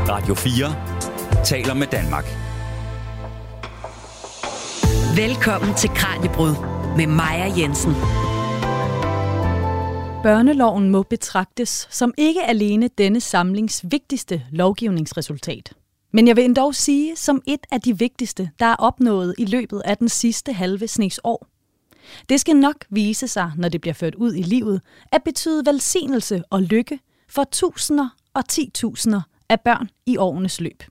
Radio 4 taler med Danmark. Velkommen til Kraniebrud med Maja Jensen. Børneloven må betragtes som ikke alene denne samlings vigtigste lovgivningsresultat. Men jeg vil endda sige som et af de vigtigste, der er opnået i løbet af den sidste halve snes år. Det skal nok vise sig, når det bliver ført ud i livet, at betyde velsignelse og lykke for tusinder og titusinder af børn i årenes løb.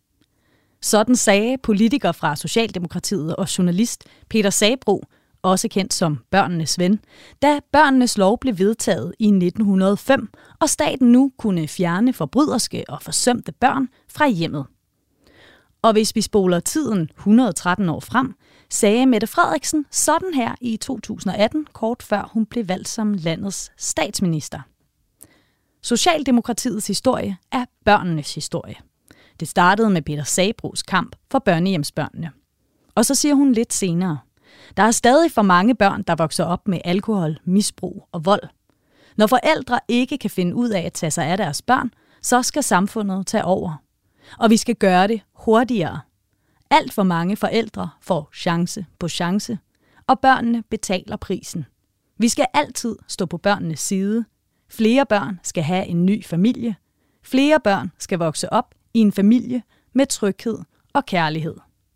Sådan sagde politiker fra Socialdemokratiet og journalist Peter Sabroe, også kendt som børnenes ven, da børnenes lov blev vedtaget i 1905, og staten nu kunne fjerne forbryderske og forsømte børn fra hjemmet. Og hvis vi spoler tiden 113 år frem, sagde Mette Frederiksen sådan her i 2018, kort før hun blev valgt som landets statsminister. Socialdemokratiets historie er børnenes historie. Det startede med Peter Sabroes kamp for børnehjemsbørnene. Og så siger hun lidt senere: der er stadig for mange børn, der vokser op med alkohol, misbrug og vold. Når forældre ikke kan finde ud af at tage sig af deres børn, så skal samfundet tage over. Og vi skal gøre det hurtigere. Alt for mange forældre får chance på chance, og børnene betaler prisen. Vi skal altid stå på børnenes side. Flere børn skal have en ny familie. Flere børn skal vokse op i en familie med tryghed og kærlighed.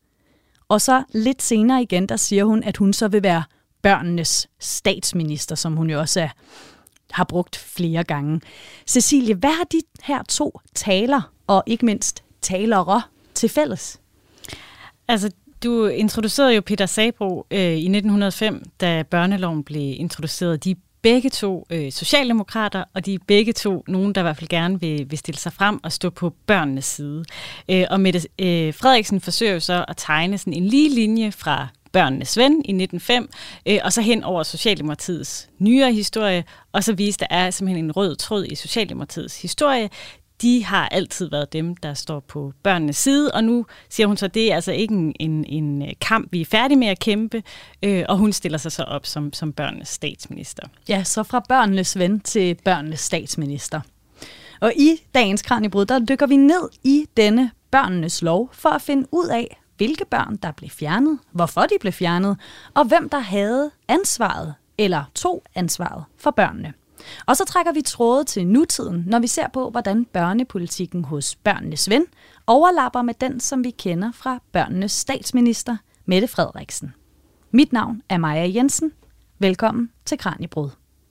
Og så lidt senere igen, der siger hun, at hun så vil være børnenes statsminister, som hun jo også har brugt flere gange. Cecilie, hvad har de her to taler, og ikke mindst talere, til fælles? Altså, du introducerede jo Peter Sabroe i 1905, da børneloven blev introduceret. De er begge to socialdemokrater, og de er begge to nogen, der i hvert fald gerne vil stille sig frem og stå på børnenes side. Og Mette Frederiksen forsøger jo så at tegne sådan en lige linje fra børnenes ven i 1905, og så hen over Socialdemokratiets nyere historie, og så viste, der er simpelthen en rød tråd i Socialdemokratiets historie. De har altid været dem, der står på børnenes side, og nu siger hun så, at det er altså ikke en kamp, vi er færdige med at kæmpe, og hun stiller sig så op som børnenes statsminister. Ja, så fra børnenes ven til børnenes statsminister. Og i dagens Kraniebrud, der dykker vi ned i denne børnenes lov, for at finde ud af, hvilke børn, der blev fjernet, hvorfor de blev fjernet, og hvem der havde ansvaret, eller tog ansvaret for børnene. Og så trækker vi tråde til nutiden, når vi ser på, hvordan børnepolitikken hos børnenes ven overlapper med den, som vi kender fra børnenes statsminister, Mette Frederiksen. Mit navn er Maja Jensen. Velkommen til Kraniebrud.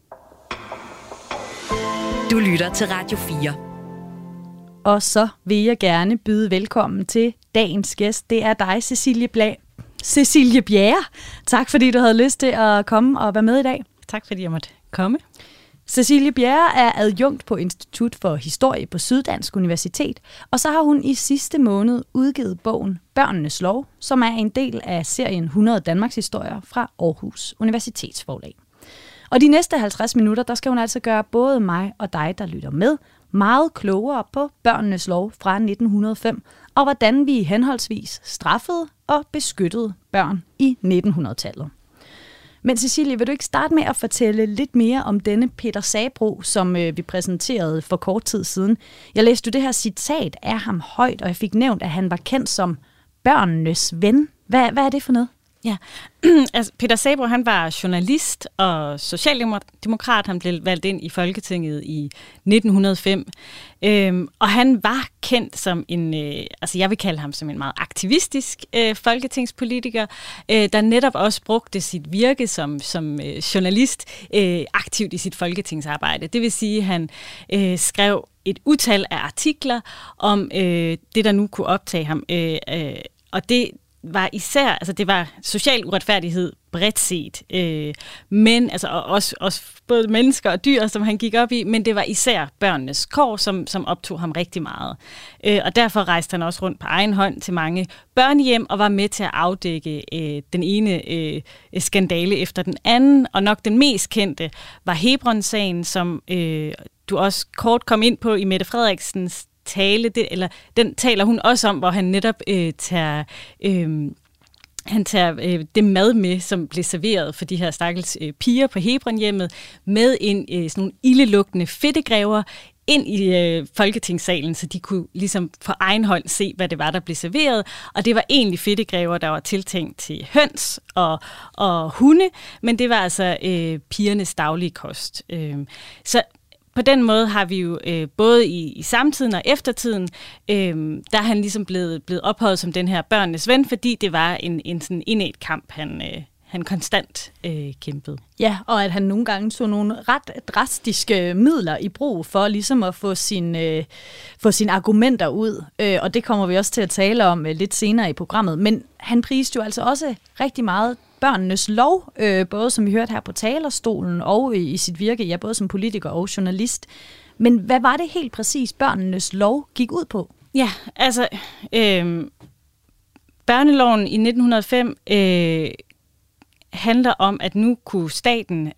Du lytter til Radio 4. Og så vil jeg gerne byde velkommen til dagens gæst. Det er dig, Cecilie Bjerre. Tak fordi du havde lyst til at komme og være med i dag. Tak fordi jeg måtte komme. Cecilie Bjerre er adjunkt på Institut for Historie på Syddansk Universitet, og så har hun i sidste måned udgivet bogen Børnenes Lov, som er en del af serien 100 Danmarks historier fra Aarhus Universitetsforlag. Og de næste 50 minutter, der skal hun altså gøre både mig og dig, der lytter med, meget klogere på Børnenes Lov fra 1905, og hvordan vi henholdsvis straffede og beskyttede børn i 1900-tallet. Men Cecilie, vil du ikke starte med at fortælle lidt mere om denne Peter Sabroe, som vi præsenterede for kort tid siden? Jeg læste det her citat af ham højt, og jeg fik nævnt, at han var kendt som børnenes ven. Hvad er det for noget? Ja, altså Peter Sabroe, han var journalist og socialdemokrat. Han blev valgt ind i Folketinget i 1905. Og han var kendt som jeg vil kalde ham som en meget aktivistisk folketingspolitiker, der netop også brugte sit virke som journalist aktivt i sit folketingsarbejde. Det vil sige, at han skrev et utal af artikler om det, der nu kunne optage ham. Og det var især, altså det var social uretfærdighed bredt set, men altså også både mennesker og dyr, som han gik op i, men det var især børnenes kår, som optog ham rigtig meget. Og derfor rejste han også rundt på egen hånd til mange børnehjem og var med til at afdække den ene skandale efter den anden, og nok den mest kendte var Hebron-sagen, som du også kort kom ind på i Mette Frederiksens tale, den taler hun også om, hvor han netop tager det mad med, som blev serveret for de her stakkels piger på Hebron-hjemmet, med sådan nogle ildelugtende fedtegræver, ind i Folketingssalen, så de kunne ligesom for egen hånd se, hvad det var, der blev serveret. Og det var egentlig fedtegræver, der var tiltænkt til høns og hunde, men det var altså pigernes daglige kost. Så på den måde har vi jo både i samtiden og eftertiden, der er han ligesom blevet ophøjet som den her børnenes ven, fordi det var en sådan indet kamp, han konstant kæmpede. Ja, og at han nogle gange tog nogle ret drastiske midler i brug for ligesom at få sine argumenter ud. Og det kommer vi også til at tale om lidt senere i programmet. Men han priste jo altså også rigtig meget børnenes lov, både som vi hørte her på talerstolen og i sit virke, ja, både som politiker og journalist. Men hvad var det helt præcis, børnenes lov gik ud på? Ja, altså børneloven i 1905 handler om, at nu kunne staten,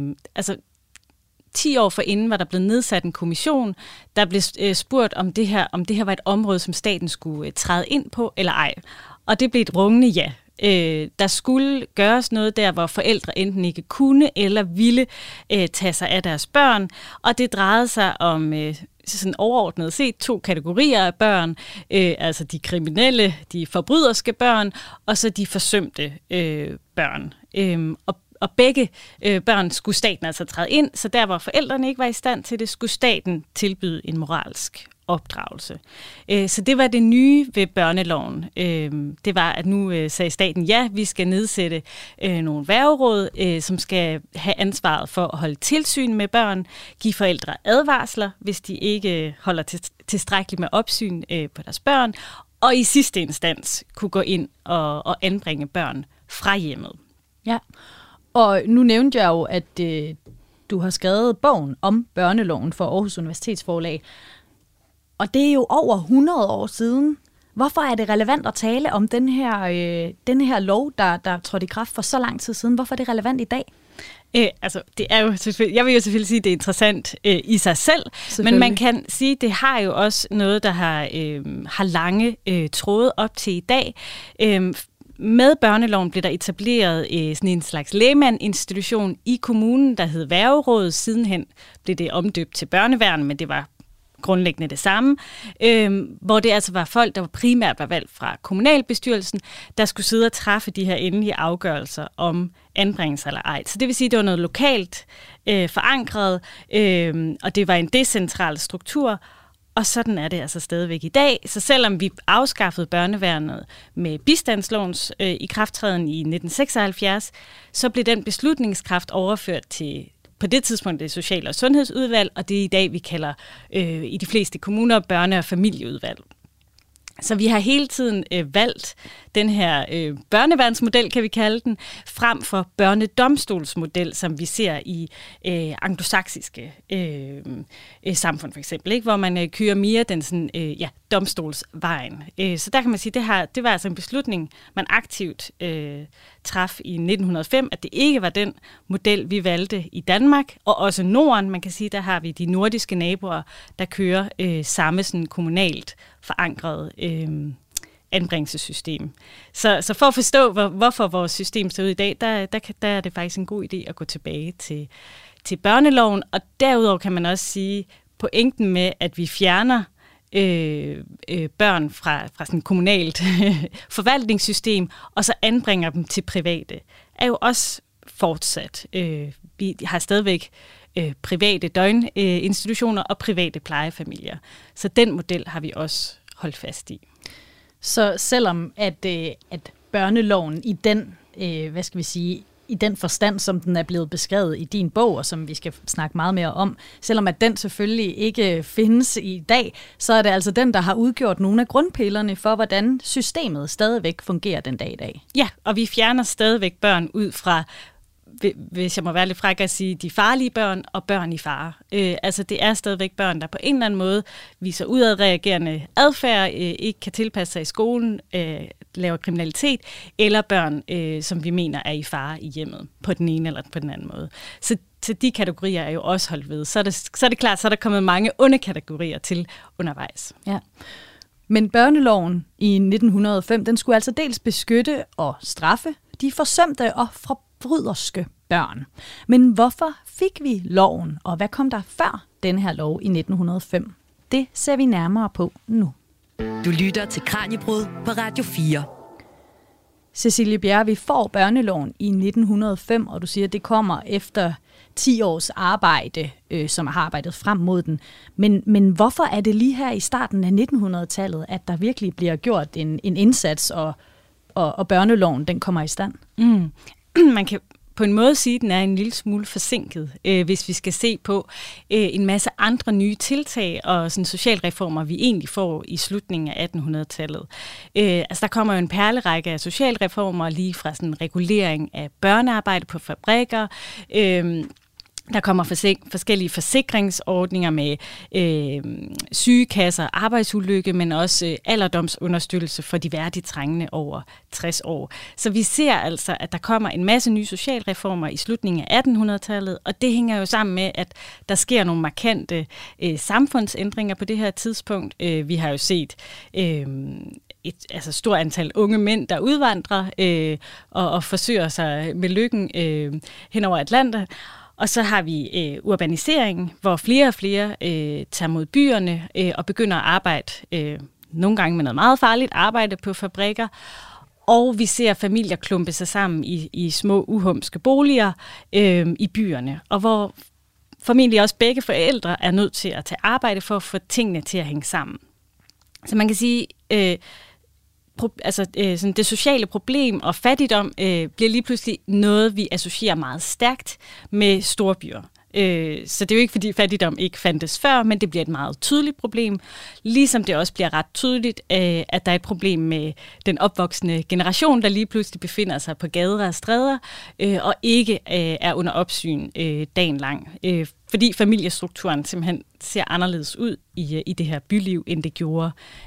10 år forinden var der blevet nedsat en kommission, der blev spurgt, om det her var et område, som staten skulle træde ind på, eller ej. Og det blev et rungende ja. Der skulle gøres noget der, hvor forældre enten ikke kunne eller ville tage sig af deres børn, og det drejede sig om sådan overordnet set 2 kategorier af børn, altså de kriminelle, de forbryderske børn, og så de forsømte børn. Og begge børn skulle staten altså træde ind, så der hvor forældrene ikke var i stand til det, skulle staten tilbyde en moralsk opdragelse. Så det var det nye ved børneloven. Det var, at nu sagde staten, ja, vi skal nedsætte nogle værgeråd, som skal have ansvaret for at holde tilsyn med børn, give forældre advarsler, hvis de ikke holder tilstrækkeligt med opsyn på deres børn, og i sidste instans kunne gå ind og anbringe børn fra hjemmet. Ja, og nu nævnte jeg jo, at du har skrevet bogen om børneloven for Aarhus Universitetsforlag. Og det er jo over 100 år siden. Hvorfor er det relevant at tale om den her lov, der trådte i kraft for så lang tid siden? Hvorfor er det relevant i dag? Det er jo selvfølgelig, jeg vil jo selvfølgelig sige, at det er interessant i sig selv, men man kan sige, at det har jo også noget, der har lange tråde op til i dag. Med børneloven blev der etableret sådan en slags lægmandinstitution i kommunen, der hed Værgerådet. Sidenhen blev det omdøbt til børneværn, men det var grundlæggende det samme, hvor det altså var folk, der primært var valgt fra kommunalbestyrelsen, der skulle sidde og træffe de her endelige afgørelser om anbringelse eller ej. Så det vil sige, at det var noget lokalt forankret, og det var en decentral struktur, og sådan er det altså stadigvæk i dag. Så selvom vi afskaffede børneværnet med bistandslovens ikrafttræden i 1976, så blev den beslutningskraft overført til på det tidspunkt det Social- og Sundhedsudvalg, og det er i dag, vi kalder i de fleste kommuner børne- og familieudvalg. Så vi har hele tiden valgt den her børneværnsmodel, kan vi kalde den, frem for børnedomstolsmodel, som vi ser i anglosaksiske samfund for eksempel, ikke? Hvor man kører mere den sådan, domstolsvejen. Så der kan man sige, det var altså en beslutning, man aktivt traf i 1905, at det ikke var den model, vi valgte i Danmark, og også Norden. Man kan sige, der har vi de nordiske naboer, der kører samme sådan kommunalt forankret anbringelsessystem. Så for at forstå, hvorfor vores system ser ud i dag, der er det faktisk en god idé at gå tilbage til børneloven. Og derudover kan man også sige, pointen med, at vi fjerner børn fra sådan et kommunalt forvaltningssystem, og så anbringer dem til private, er jo også fortsat. Vi har stadigvæk private døgninstitutioner og private plejefamilier. Så den model har vi også holdt fast i. Så selvom at børneloven i den, i den forstand, som den er blevet beskrevet i din bog, og som vi skal snakke meget mere om, selvom at den selvfølgelig ikke findes i dag, så er det altså den, der har udgjort nogle af grundpillerne for, hvordan systemet stadigvæk fungerer den dag i dag. Ja, og vi fjerner stadigvæk børn ud fra, hvis jeg må være lidt fræk at sige, de farlige børn og børn i fare. Altså det er stadigvæk børn, der på en eller anden måde viser udadreagerende adfærd, ikke kan tilpasse sig i skolen, laver kriminalitet, eller børn, som vi mener er i fare i hjemmet, på den ene eller på den anden måde. Så de kategorier er jo også holdt ved. Så er det klart, så er der kommet mange underkategorier til undervejs. Ja. Men børneloven i 1905, den skulle altså dels beskytte og straffe de forsømte og forbryderske børn. Men hvorfor fik vi loven, og hvad kom der før den her lov i 1905. Det ser vi nærmere på nu. Du lytter til Kraniebrud på Radio 4. Cecilie Bjerre, vi får børneloven i 1905, og du siger, at det kommer efter 10 års arbejde, som har arbejdet frem mod den. Men hvorfor er det lige her i starten af 1900-tallet, at der virkelig bliver gjort en indsats, og børneloven den kommer i stand? Man kan på en måde sige, at den er en lille smule forsinket, hvis vi skal se på en masse andre nye tiltag og sådan socialreformer, vi egentlig får i slutningen af 1800-tallet. Der kommer jo en perlerække af socialreformer, lige fra sådan regulering af børnearbejde på fabrikker. Der kommer forskellige forsikringsordninger med sygekasser, arbejdsulykke, men også alderdomsunderstøttelse for de værdigt trængende over 60 år. Så vi ser altså, at der kommer en masse nye socialreformer i slutningen af 1800-tallet, og det hænger jo sammen med, at der sker nogle markante samfundsændringer på det her tidspunkt. Vi har jo set et stort antal unge mænd, der udvandrer og forsøger sig med lykken hen over Atlanten. Og så har vi urbanisering, hvor flere og flere tager mod byerne og begynder at arbejde, nogle gange med noget meget farligt arbejde på fabrikker. Og vi ser familier klumpe sig sammen i små uhumske boliger i byerne, og hvor formentlig også begge forældre er nødt til at tage arbejde for at få tingene til at hænge sammen. Så man kan sige, sådan det sociale problem og fattigdom bliver lige pludselig noget, vi associerer meget stærkt med storbyer. Så det er jo ikke, fordi fattigdom ikke fandtes før, men det bliver et meget tydeligt problem. Ligesom det også bliver ret tydeligt, at der er et problem med den opvoksende generation, der lige pludselig befinder sig på gader og stræder, og ikke er under opsyn dagen lang. Fordi familiestrukturen simpelthen ser anderledes ud i det her byliv, end det gjorde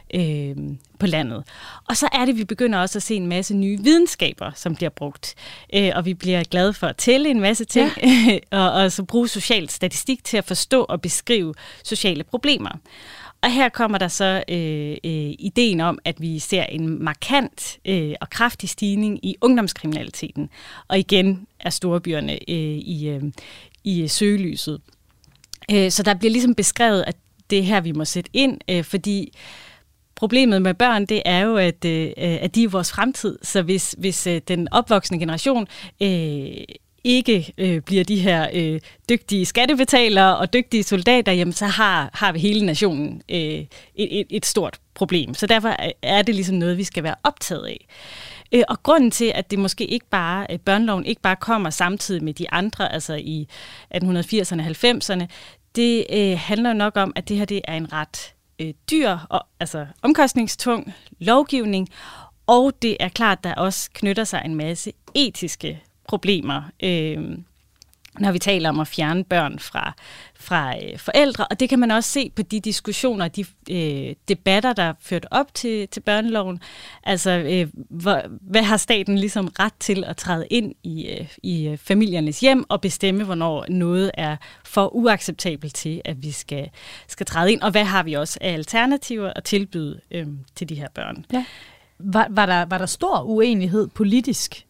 på landet. Og så er det, vi begynder også at se en masse nye videnskaber, som bliver brugt. Og vi bliver glade for at tælle en masse ting, og så bruge social statistik til at forstå og beskrive sociale problemer. Og her kommer der så ideen om, at vi ser en markant og kraftig stigning i ungdomskriminaliteten. Og igen er storbyerne i søgelyset. Så der bliver ligesom beskrevet, at det er her, vi må sætte ind, fordi problemet med børn, det er jo, at de er vores fremtid. Så hvis den opvoksende generation ikke bliver de her dygtige skattebetalere og dygtige soldater, jamen så har vi hele nationen et stort problem. Så derfor er det ligesom noget, vi skal være optaget af. Og grunden til, at det måske ikke bare, børneloven ikke bare kommer samtidig med de andre, altså i 1880'erne og 90'erne, det handler nok om, at det her det er en ret dyr og altså omkostningstung lovgivning, og det er klart, at der også knytter sig en masse etiske problemer, når vi taler om at fjerne børn fra forældre. Og det kan man også se på de diskussioner, de debatter, der er ført op til børneloven. Altså, hvad har staten ligesom ret til at træde ind i familiernes hjem og bestemme, hvornår noget er for uacceptabelt til, at vi skal træde ind, og hvad har vi også af alternativer at tilbyde til de her børn. Ja. Var der stor uenighed politisk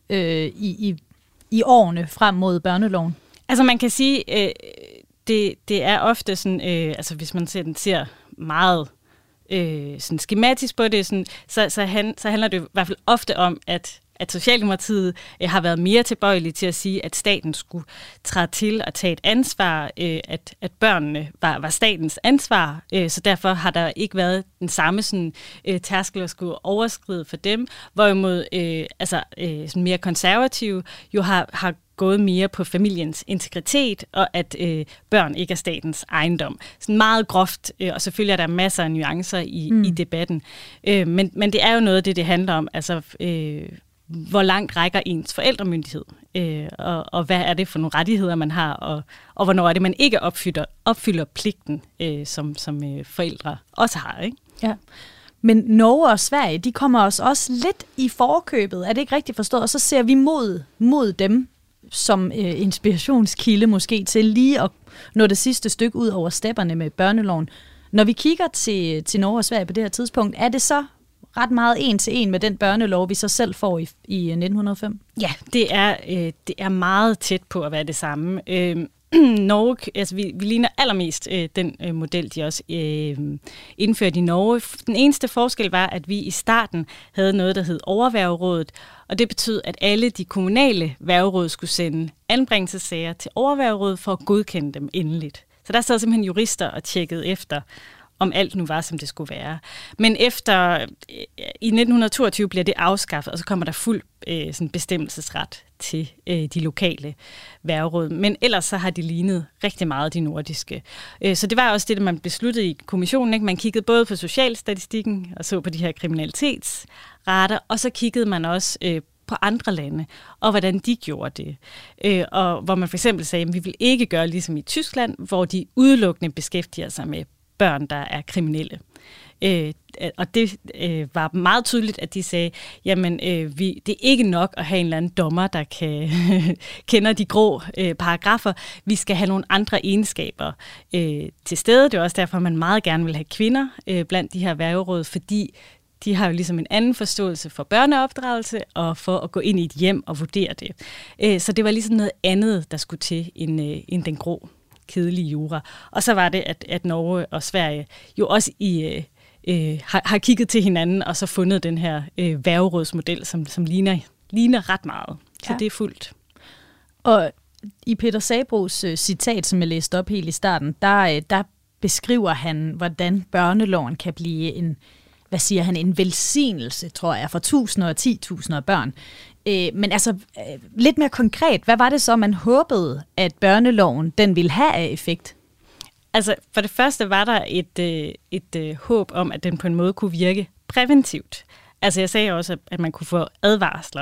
i årene frem mod børneloven? Altså man kan sige, det er ofte sådan, altså hvis man ser meget sådan skematisk på det, sådan, så handler det i hvert fald ofte om, at Socialdemokratiet har været mere tilbøjelige til at sige, at staten skulle træde til og tage et ansvar, at børnene var statens ansvar, så derfor har der ikke været den samme sådan, tærskel at skulle overskride for dem, hvorimod sådan mere konservative jo har gået mere på familiens integritet, og at børn ikke er statens ejendom. Sådan meget groft, og selvfølgelig er der masser af nuancer i debatten. Men det er jo noget af det handler om, altså hvor langt rækker ens forældremyndighed, og hvad er det for nogle rettigheder, man har, og hvornår er det, man ikke opfylder pligten, som forældre også har, ikke? Ja. Men Norge og Sverige, de kommer også lidt i forkøbet, er det ikke rigtigt forstået? Og så ser vi mod dem som inspirationskilde måske til lige at nå det sidste stykke ud over stepperne med børneloven. Når vi kigger til Norge og Sverige på det her tidspunkt, er det så ret meget en til en med den børnelov, vi så selv får i 1905? Ja, det er meget tæt på at være det samme. Norge, altså vi ligner allermest den model, de også indførte i Norge. Den eneste forskel var, at vi i starten havde noget, der hed overværgerådet, og det betød, at alle de kommunale værgeråd skulle sende anbringelsessager til overværgerådet for at godkende dem endeligt. Så der sad simpelthen jurister og tjekkede efter, om alt nu var, som det skulle være. Men i 1922 bliver det afskaffet, og så kommer der fuld sådan bestemmelsesret til de lokale værgeråd. Men ellers så har de lignet rigtig meget de nordiske. Så det var også det, man besluttede i kommissionen. Ikke? Man kiggede både på socialstatistikken og så på de her kriminalitetsrater, og så kiggede man også på andre lande, og hvordan de gjorde det. Og hvor man for eksempel sagde, at vi vil ikke gøre ligesom i Tyskland, hvor de udelukkende beskæftiger sig med børn, der er kriminelle. Og det var meget tydeligt, at de sagde, jamen det er ikke nok at have en eller anden dommer, der kender de grå paragrafer. Vi skal have nogle andre egenskaber til stede. Det er også derfor, man meget gerne vil have kvinder blandt de her værgeråd, fordi de har jo ligesom en anden forståelse for børneopdragelse og for at gå ind i et hjem og vurdere det. Så det var ligesom noget andet, der skulle til end den grå kedelige jura. Og så var det, at Norge og Sverige jo også har kigget til hinanden og så fundet den her værgerådsmodel, som ligner ret meget. Så ja. Det er fuldt. Og i Peter Sabroes citat, som jeg læste op helt i starten, der beskriver han, hvordan børneloven kan blive en velsignelse, tror jeg, for tusinder og 10.000 børn. Men altså, lidt mere konkret, hvad var det så, man håbede, at børneloven den ville have af effekt? Altså, for det første var der et håb om, at den på en måde kunne virke præventivt. Altså, jeg sagde også, at man kunne få advarsler.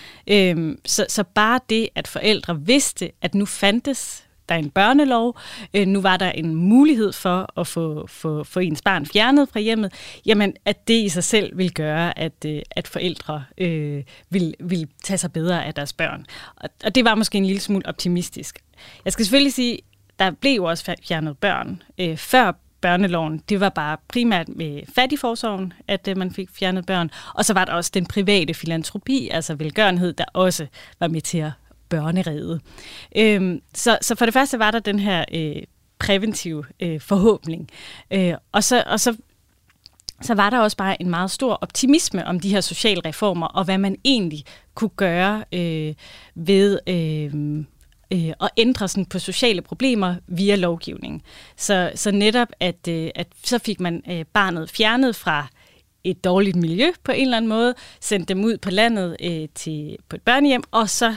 Så bare det, at forældre vidste, at nu fandtes der er en børnelov, nu var der en mulighed for at få ens barn fjernet fra hjemmet, jamen at det i sig selv vil gøre, at forældre vil tage sig bedre af deres børn. Og det var måske en lille smule optimistisk. Jeg skal selvfølgelig sige, der blev jo også fjernet børn før børneloven. Det var bare primært med fattigforsorgen, at man fik fjernet børn. Og så var der også den private filantropi, altså velgørenhed, der også var med til at børnerede. Så for det første var der den her præventive forhåbning. Og så var der også bare en meget stor optimisme om de her sociale reformer, og hvad man egentlig kunne gøre ved at ændre sådan på sociale problemer via lovgivning. Så netop, at så fik man barnet fjernet fra et dårligt miljø på en eller anden måde, sendte dem ud på landet på et børnehjem, og så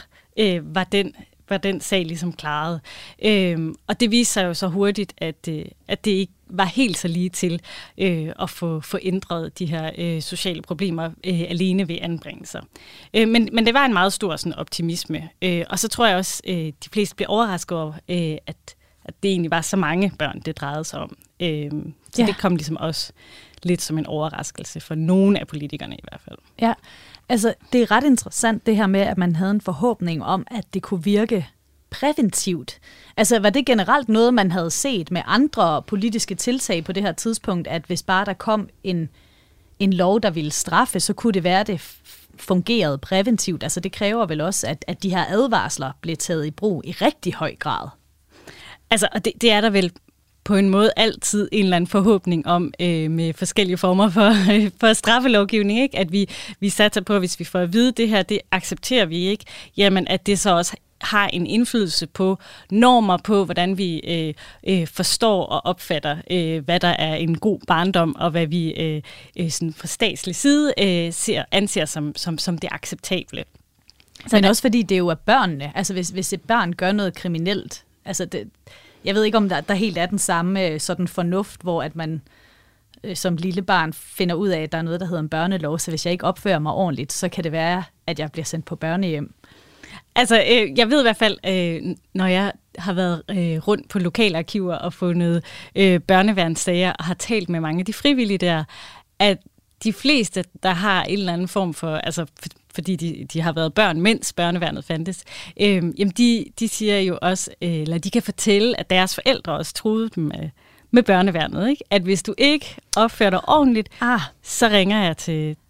var den sag ligesom klaret. Og det viste sig jo så hurtigt, at det ikke var helt så lige til at få ændret de her sociale problemer alene ved anbringelser. Men det var en meget stor sådan, optimisme. Og så tror jeg også, de fleste blev overrasket over, at det egentlig var så mange børn, det drejede sig om. Så det kom ligesom også lidt som en overraskelse for nogle af politikerne i hvert fald. Ja, altså det er ret interessant det her med, at man havde en forhåbning om, at det kunne virke præventivt. Altså var det generelt noget, man havde set med andre politiske tiltag på det her tidspunkt, at hvis bare der kom en lov, der ville straffe, så kunne det være, at det fungerede præventivt. Altså det kræver vel også, at de her advarsler blev taget i brug i rigtig høj grad. Altså, og det er der vel på en måde altid en eller anden forhåbning om med forskellige former for straffelovgivning, ikke? At vi satser på, at hvis vi får at vide det her, det accepterer vi ikke, jamen at det så også har en indflydelse på normer på, hvordan vi forstår og opfatter, hvad der er en god barndom, og hvad vi sådan fra statslig side anser som det acceptable. Men også fordi det jo er børnene. Altså hvis et barn gør noget kriminelt, altså jeg ved ikke, om der helt er den samme sådan fornuft, hvor at man som lille barn finder ud af, at der er noget, der hedder en børnelov, så hvis jeg ikke opfører mig ordentligt, så kan det være, at jeg bliver sendt på børnehjem. Altså, jeg ved i hvert fald, når jeg har været rundt på lokale arkiver og fundet børneværnssager og har talt med mange af de frivillige der, at de fleste, der har en eller anden form for, altså fordi de har været børn, mens børneværnet fandtes, jamen de siger jo også, eller de kan fortælle, at deres forældre også truede dem med børneværnet, ikke? At hvis du ikke opfører dig ordentligt, så ringer jeg til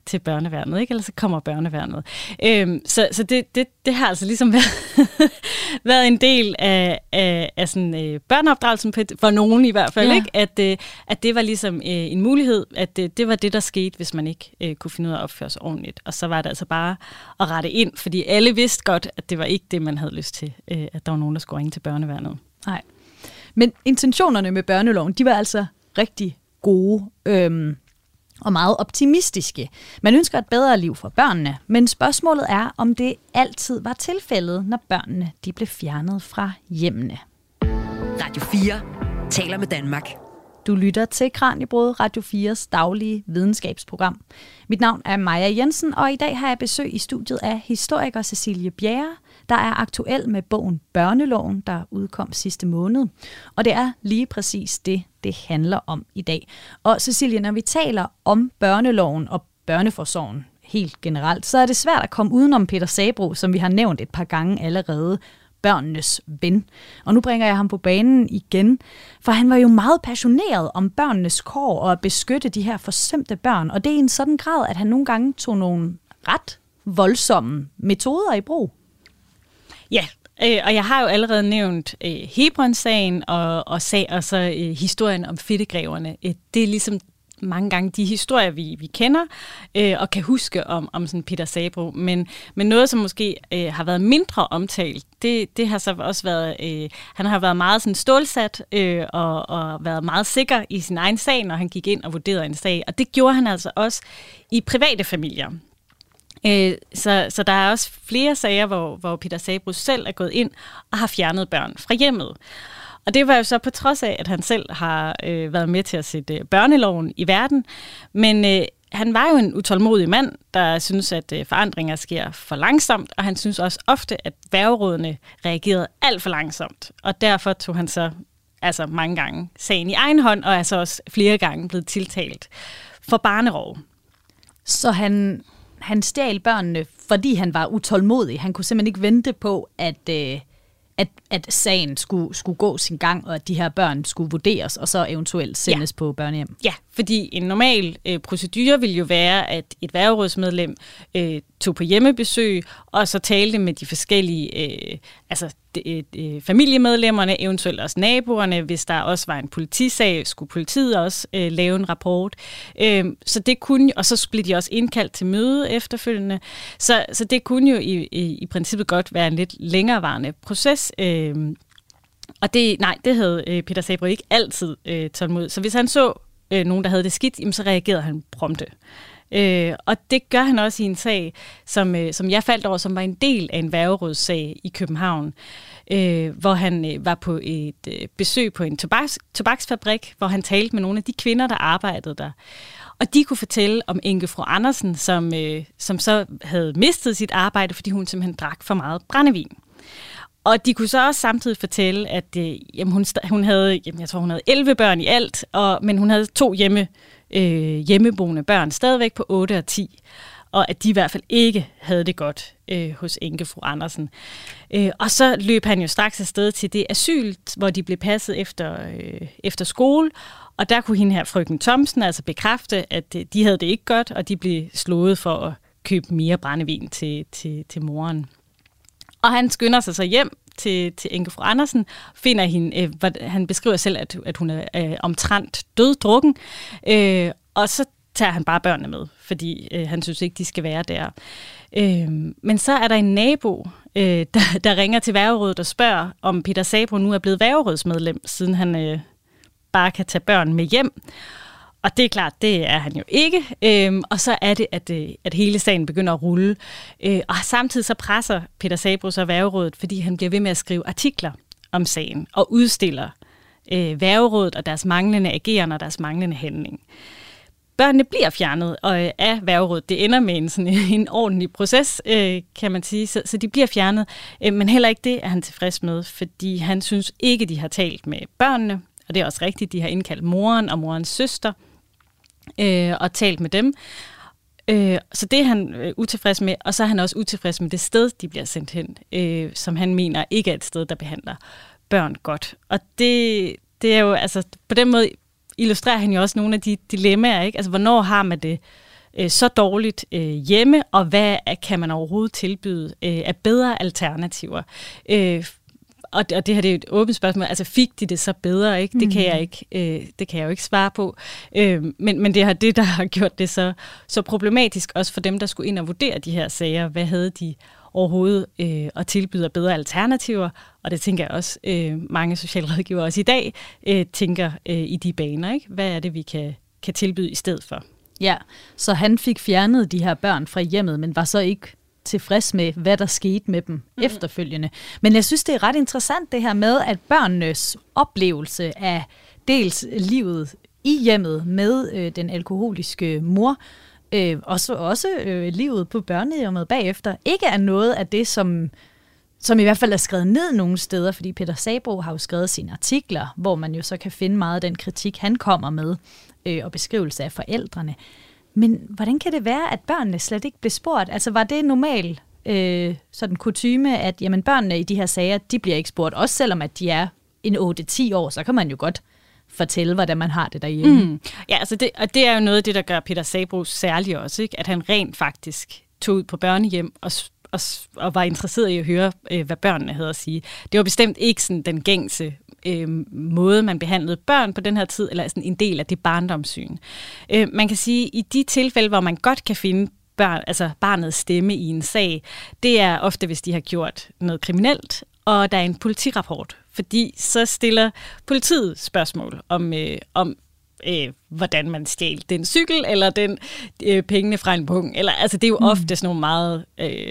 til børneværnet, ikke? Eller så kommer børneværnet. Så det har altså ligesom været en del af sådan børneopdragelsen, for nogen i hvert fald, ikke? At det var ligesom en mulighed, at det var det, der skete, hvis man ikke kunne finde ud af at opføre sig ordentligt. Og så var det altså bare at rette ind, fordi alle vidste godt, at det var ikke det, man havde lyst til, at der var nogen, der skulle ringe til børneværnet. Nej. Men intentionerne med børneloven, de var altså rigtig gode og meget optimistiske. Man ønsker et bedre liv for børnene, men spørgsmålet er, om det altid var tilfældet, når børnene de blev fjernet fra hjemmene. Radio 4 taler med Danmark. Du lytter til Kraniebrud, Radio 4's daglige videnskabsprogram. Mit navn er Maja Jensen, og i dag har jeg besøg i studiet af historiker Cecilie Bjerre, der er aktuel med bogen Børneloven, der udkom sidste måned. Og det er lige præcis det handler om i dag. Og Cecilie, når vi taler om børneloven og børneforsorgen helt generelt, så er det svært at komme udenom Peter Sabroe, som vi har nævnt et par gange allerede, børnenes ven. Og nu bringer jeg ham på banen igen, for han var jo meget passioneret om børnenes kår og at beskytte de her forsømte børn. Og det er i en sådan grad, at han nogle gange tog nogle ret voldsomme metoder i brug. Ja, og jeg har jo allerede nævnt Hebron-sagen og så historien om fedtegræverne. Det er ligesom mange gange de historier, vi kender og kan huske om sådan Peter Sabroe. Men noget, som måske har været mindre omtalt, det har så også været, han har været meget sådan stålsat og været meget sikker i sin egen sag, når han gik ind og vurderede en sag. Og det gjorde han altså også i private familier. Så der er også flere sager, hvor Peter Sabroe selv er gået ind og har fjernet børn fra hjemmet. Og det var jo så på trods af, at han selv har været med til at sætte børneloven i verden. Men han var jo en utålmodig mand, der synes, at forandringer sker for langsomt, og han synes også ofte, at værgerådene reagerede alt for langsomt. Og derfor tog han så altså mange gange sagen i egen hånd, og er så også flere gange blevet tiltalt for barnerov. Så han stjal børnene, fordi han var utålmodig. Han kunne simpelthen ikke vente på, at sagen skulle gå sin gang, og at de her børn skulle vurderes, og så eventuelt sendes på børnehjem. Ja, fordi en normal procedure ville jo være, at et værgerådsmedlem tog på hjemmebesøg, og så talte med de forskellige familiemedlemmerne, eventuelt også naboerne. Hvis der også var en politisag, skulle politiet også lave en rapport. Så det kunne, og så blev de også indkaldt til møde efterfølgende. Så det kunne jo i princippet godt være en lidt længerevarende proces. Og det havde Peter Sabroe ikke altid tålmod. Så hvis han så nogen, der havde det skidt, jamen, så reagerede han prompte. Og det gør han også i en sag, som jeg faldt over, som var en del af en værgerådssag i København, hvor han var på et besøg på en tobaksfabrik, hvor han talte med nogle af de kvinder, der arbejdede der. Og de kunne fortælle om Enkefru Andersen, som så havde mistet sit arbejde, fordi hun simpelthen drak for meget brændevin. Og de kunne så også samtidig fortælle, at hun havde 11 børn i alt, men hun havde 2 hjemmeboende børn, stadigvæk på 8 og 10, og at de i hvert fald ikke havde det godt hos Enkefru Andersen. Og så løb han jo straks afsted til det asyl, hvor de blev passet efter skole, og der kunne hende her, frøken Thomsen, altså bekræfte, at de havde det ikke godt, og de blev slået for at købe mere brændevin til moren. Og han skynder sig så hjem til Enkefru Andersen, finder hende, han beskriver selv, at hun er omtrent døddrukken, og så tager han bare børnene med, fordi han synes ikke, de skal være der. Men så er der en nabo, der ringer til værgerådet og spørger, om Peter Sabroe nu er blevet værgerådsmedlem, siden han bare kan tage børn med hjem. Og det er klart, det er han jo ikke. Og så er det, at hele sagen begynder at rulle. Og samtidig så presser Peter Sabroe så værgerådet, fordi han bliver ved med at skrive artikler om sagen og udstiller værgerådet og deres manglende ageren og deres manglende handling. Børnene bliver fjernet af værgerådet. Det ender med en ordentlig proces, kan man sige. Så de bliver fjernet. Men heller ikke det er han tilfreds med, fordi han synes ikke, de har talt med børnene. Og det er også rigtigt, de har indkaldt moren og morens søster og talt med dem. Så det er han utilfreds med, og så er han også utilfreds med det sted, de bliver sendt hen, som han mener ikke er et sted, der behandler børn godt. Og det er jo, altså på den måde illustrerer han jo også nogle af de dilemmaer, ikke? Altså hvornår har man det så dårligt hjemme, og hvad kan man overhovedet tilbyde af bedre alternativer? Og det her det er et åbent spørgsmål. Altså fik de det så bedre, ikke? Det kan jeg ikke. Det kan jeg jo ikke svare på. Men det er det, der har gjort det så problematisk også for dem, der skulle ind og vurdere de her sager. Hvad havde de overhovedet at tilbyde af bedre alternativer? Og det tænker jeg også mange socialrådgivere også i dag tænker i de baner, ikke? Hvad er det, vi kan tilbyde i stedet for? Ja, så han fik fjernet de her børn fra hjemmet, men var så ikke tilfreds med, hvad der skete med dem efterfølgende. Men jeg synes, det er ret interessant det her med, at børnenes oplevelse af dels livet i hjemmet med den alkoholiske mor, også livet på børnehjemmet bagefter, ikke er noget af det, som i hvert fald er skrevet ned nogle steder, fordi Peter Sabroe har jo skrevet sine artikler, hvor man jo så kan finde meget af den kritik, han kommer med, og beskrivelse af forældrene. Men hvordan kan det være, at børnene slet ikke blev spurgt? Altså var det normal sådan kutyme, at jamen, børnene i de her sager, de bliver ikke spurgt, også selvom at de er en 8-10 år, så kan man jo godt fortælle, hvordan man har det derhjemme. Ja, altså det er jo noget af det, der gør Peter Sabroe særlig også, ikke? At han rent faktisk tog ud på børnehjem og var interesseret i at høre, hvad børnene havde at sige. Det var bestemt ikke sådan den gængse måde, man behandlede børn på den her tid, eller sådan en del af det barndomssyn. Man kan sige, at i de tilfælde, hvor man godt kan finde barnets stemme i en sag, det er ofte, hvis de har gjort noget kriminelt, og der er en politirapport. Fordi så stiller politiet spørgsmål om hvordan man stjal den cykel, eller den pengene fra en pung. Eller, altså, det er jo ofte sådan nogle meget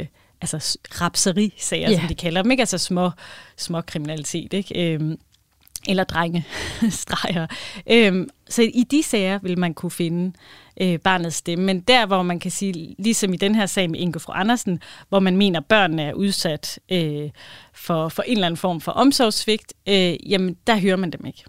rapserisager, som de kalder dem, ikke? Altså små kriminalitet, ikke? Eller drengestreger. Så i de sager vil man kunne finde barnets stemme. Men der, hvor man kan sige, ligesom i den her sag med Inge Fru Andersen, hvor man mener, at børnene er udsat for en eller anden form for omsorgssvigt, jamen der hører man dem ikke.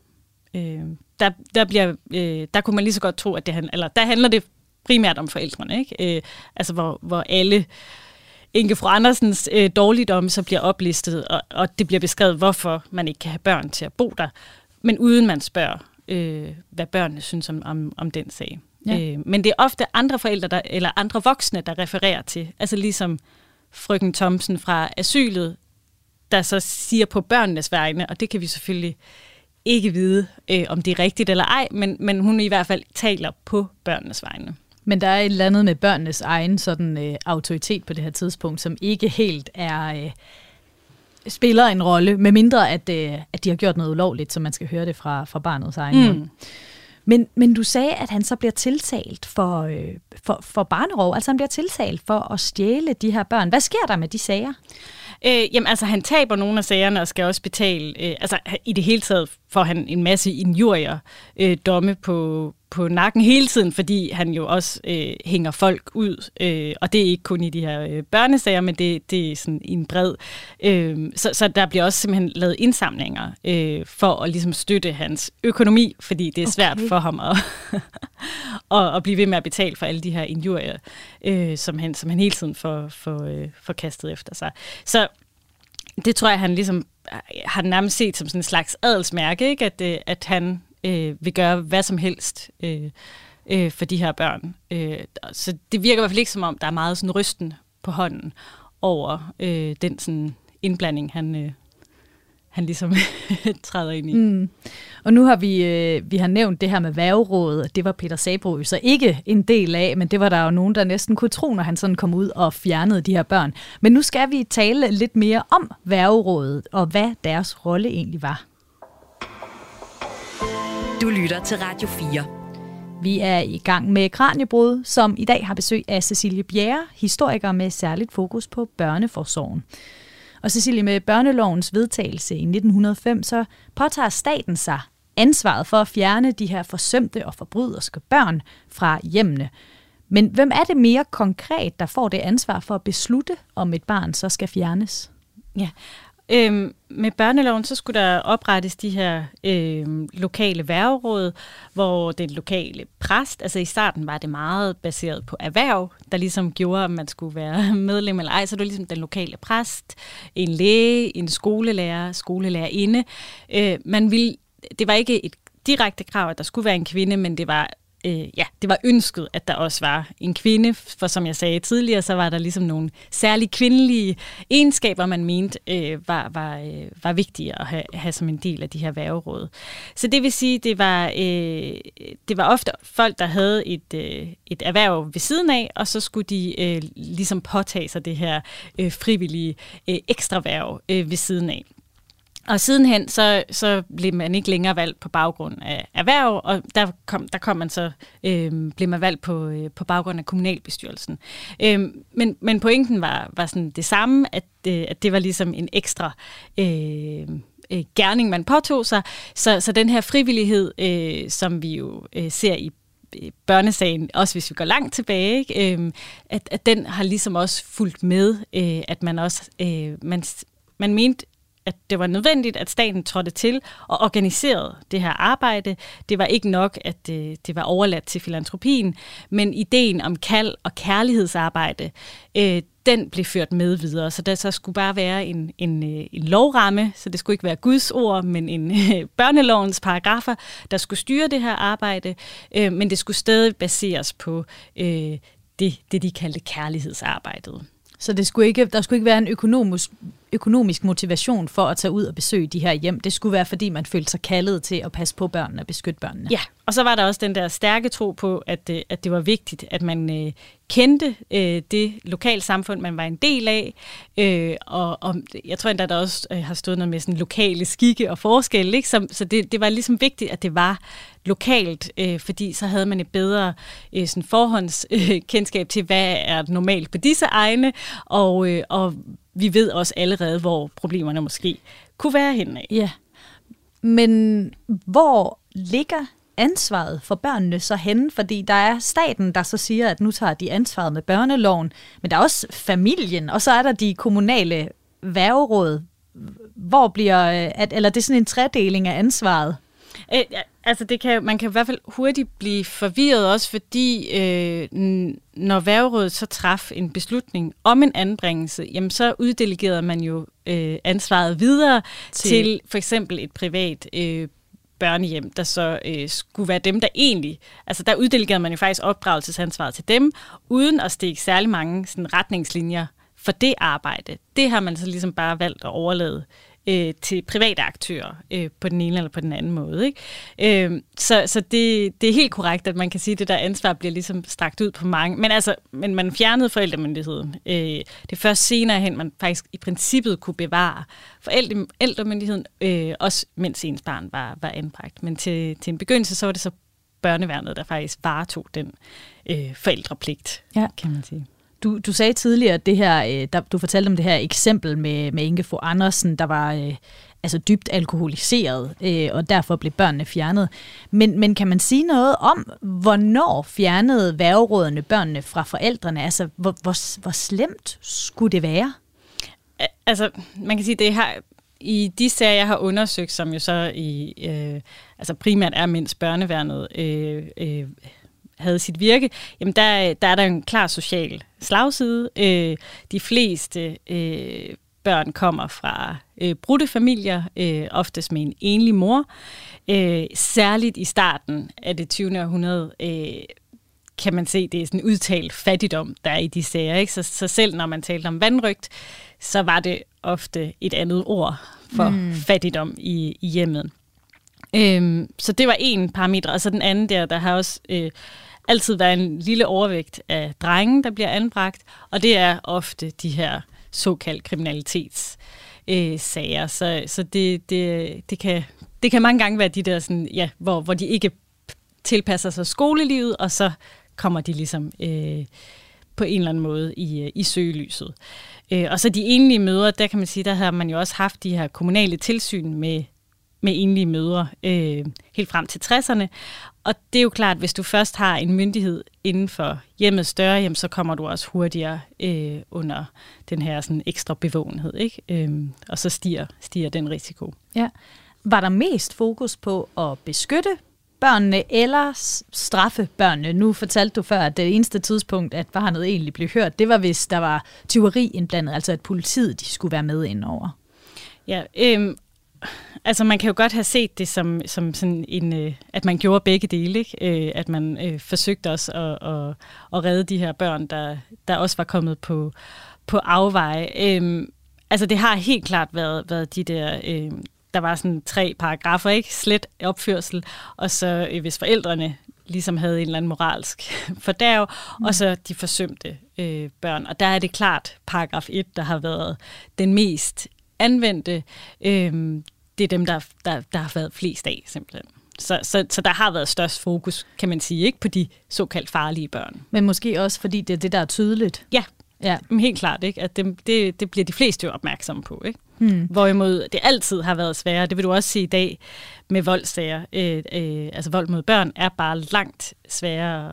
Der kunne man lige så godt tro, at der handler det primært om forældrene, ikke? Altså hvor alle Inge Fru Andersens dårligdomme så bliver oplistet, og det bliver beskrevet, hvorfor man ikke kan have børn til at bo der, men uden man spørger, hvad børnene synes om den sag. Ja. Men det er ofte andre forældre, eller andre voksne, der refererer til, altså ligesom frøken Thomsen fra asylet, der så siger på børnenes vegne, og det kan vi selvfølgelig ikke vide, om det er rigtigt eller ej, men hun i hvert fald taler på børnenes vegne. Men der er et eller andet med børnenes egen sådan, autoritet på det her tidspunkt, som ikke helt spiller en rolle, med mindre at de har gjort noget ulovligt, så man skal høre det fra barnets egen mund. Men du sagde, at han så bliver tiltalt for barnerov, altså han bliver tiltalt for at stjæle de her børn. Hvad sker der med de sager? Jamen altså, han taber nogle af sagerne og skal også betale, i det hele taget får han en masse injurier, domme på nakken hele tiden, fordi han jo også hænger folk ud, og det er ikke kun i de her børnesager, men det er sådan en bred. Så der bliver også simpelthen lavet indsamlinger for at ligesom støtte hans økonomi, fordi det er svært for ham at blive ved med at betale for alle de her injurier, som han hele tiden får kastet efter sig. Så det tror jeg, han ligesom har nærmest set som sådan en slags adelsmærke, ikke? At han vil gøre hvad som helst for de her børn. Så det virker i hvert fald ikke som om, der er meget sådan rysten på hånden over den sådan indblanding, han ligesom træder ind i. Og nu har vi har nævnt det her med værgerådet, det var Peter Sabroe så ikke en del af, men det var der jo nogen, der næsten kunne tro, når han sådan kom ud og fjernede de her børn. Men nu skal vi tale lidt mere om værgerådet, og hvad deres rolle egentlig var. Du lytter til Radio 4. Vi er i gang med Kraniebrud, som i dag har besøg af Cecilie Bjerre, historiker med særligt fokus på børneforsorgen. Og Cecilie, med børnelovens vedtagelse i 1905, så påtager staten sig ansvaret for at fjerne de her forsømte og forbryderske børn fra hjemmene. Men hvem er det mere konkret, der får det ansvar for at beslutte, om et barn så skal fjernes? Ja, med børneloven, så skulle der oprettes de her lokale værgeråd, hvor den lokale præst, altså i starten var det meget baseret på erhverv, der ligesom gjorde, at man skulle være medlem eller ej, så det var ligesom den lokale præst, en læge, en skolelærer, skolelærerinde. Det var ikke et direkte krav, at der skulle være en kvinde, men det var det var ønsket, at der også var en kvinde, for som jeg sagde tidligere, så var der ligesom nogle særlige kvindelige egenskaber, man mente var vigtige at have som en del af de her værgeråd. Så det vil sige, det var ofte folk, der havde et erhverv ved siden af, og så skulle de ligesom påtage sig det her frivillige ekstraværv ved siden af. Og sidenhen, så blev man ikke længere valgt på baggrund af erhverv, og blev man valgt på baggrund af kommunalbestyrelsen. Men pointen var sådan det samme, at det var ligesom en ekstra gerning, man påtog sig. Så den her frivillighed, som vi jo ser i børnesagen, også hvis vi går langt tilbage, ikke? At den har ligesom også fulgt med, at man også man mente, at det var nødvendigt, at staten trådte til og organiserede det her arbejde. Det var ikke nok, at det var overladt til filantropien, men ideen om kald- og kærlighedsarbejde, den blev ført med videre. Så der skulle bare være en lovramme, så det skulle ikke være Guds ord, men en børnelovens paragrafer, der skulle styre det her arbejde, men det skulle stadig baseres på det de kaldte kærlighedsarbejdet. Så der skulle ikke være en økonomisk motivation for at tage ud og besøge de her hjem. Det skulle være, fordi man følte sig kaldet til at passe på børnene og beskytte børnene. Ja, og så var der også den der stærke tro på, at det var vigtigt, at man kendte det lokalsamfund, man var en del af. Og jeg tror endda, der også har stået noget med sådan lokale skikke og forskelle. Ikke? Så det var ligesom vigtigt, at det var lokalt, fordi så havde man et bedre sådan forhåndskendskab til, hvad er normalt på disse egne, og vi ved også allerede, hvor problemerne måske kunne være henne af. Ja, men hvor ligger ansvaret for børnene så henne? Fordi der er staten, der så siger, at nu tager de ansvaret med børneloven, men der er også familien, og så er der de kommunale værgeråd. Hvor bliver, eller det er sådan en tredeling af ansvaret? Altså man kan i hvert fald hurtigt blive forvirret også, fordi når værgerådet så traf en beslutning om en anbringelse, jamen så uddelegerede man jo ansvaret videre til for eksempel et privat børnehjem, der så skulle være dem, der egentlig... Altså der uddelegerede man jo faktisk opdragelsesansvaret til dem, uden at stikke særlig mange sådan, retningslinjer for det arbejde. Det har man så ligesom bare valgt at overlade til private aktører på den ene eller på den anden måde. Ikke? Så det er helt korrekt, at man kan sige, at det der ansvar bliver ligesom strakt ud på mange. Men man fjernede forældremyndigheden. Det er først senere hen, man faktisk i princippet kunne bevare forældremyndigheden, også mens ens barn var anbragt. Men til en begyndelse, så var det så børneværnet, der faktisk varetog den forældrepligt, kan man sige. Du sagde tidligere, at det her, du fortalte om det her eksempel med Inge Fogh Andersen, der var dybt alkoholiseret, og derfor blev børnene fjernet. Men kan man sige noget om, hvornår fjernede værgerådene børnene fra forældrene? Altså, hvor slemt skulle det være? Altså, man kan sige, det her... I de sager, jeg har undersøgt, som jo så primært er, mens børneværnet havde sit virke, jamen der er der en klar social slagside. De fleste børn kommer fra brudte familier, oftest med en enlig mor. Særligt i starten af det 20. århundrede kan man se, det er sådan udtalt fattigdom, der er i de sager. Ikke? Så selv når man talte om vanrøgt, så var det ofte et andet ord for fattigdom i hjemmet. Så det var en parameter, og så den anden der har også altid været en lille overvægt af drenge, der bliver anbragt, og det er ofte de her såkaldt kriminalitetssager. Så det kan mange gange være de der, sådan, ja, hvor de ikke tilpasser sig skolelivet, og så kommer de ligesom på en eller anden måde i søgelyset. Og så de enlige mødre, der kan man sige, der har man jo også haft de her kommunale tilsyn med enlige mødre helt frem til 60'erne. Og det er jo klart, at hvis du først har en myndighed inden for hjemmets større hjem, så kommer du også hurtigere under den her sådan ekstra bevågenhed, ikke? Og så stiger den risiko. Ja. Var der mest fokus på at beskytte børnene eller straffe børnene? Nu fortalte du før, at det eneste tidspunkt, at barnet egentlig blev hørt, det var, hvis der var tyveri indblandet, altså at politiet de skulle være med indover. Ja, altså man kan jo godt have set det som sådan en, at man gjorde begge dele, ikke? At man forsøgte også at redde de her børn, der også var kommet på afveje. Altså det har helt klart været de der, der var sådan 3 paragrafer, ikke? Slet opførsel, og så hvis forældrene ligesom havde en eller anden moralsk fordærv, og så de forsømte børn. Og der er det klart paragraf 1, der har været den mest anvendte. Det er dem, der har været flest af, simpelthen. Så der har været størst fokus, kan man sige, ikke på de såkaldt farlige børn. Men måske også, fordi det er det, der er tydeligt. Ja, men helt klart, ikke? At det bliver de fleste jo opmærksomme på, ikke? Hvorimod det altid har været sværere, det vil du også se i dag med voldssager. Altså vold mod børn er bare langt sværere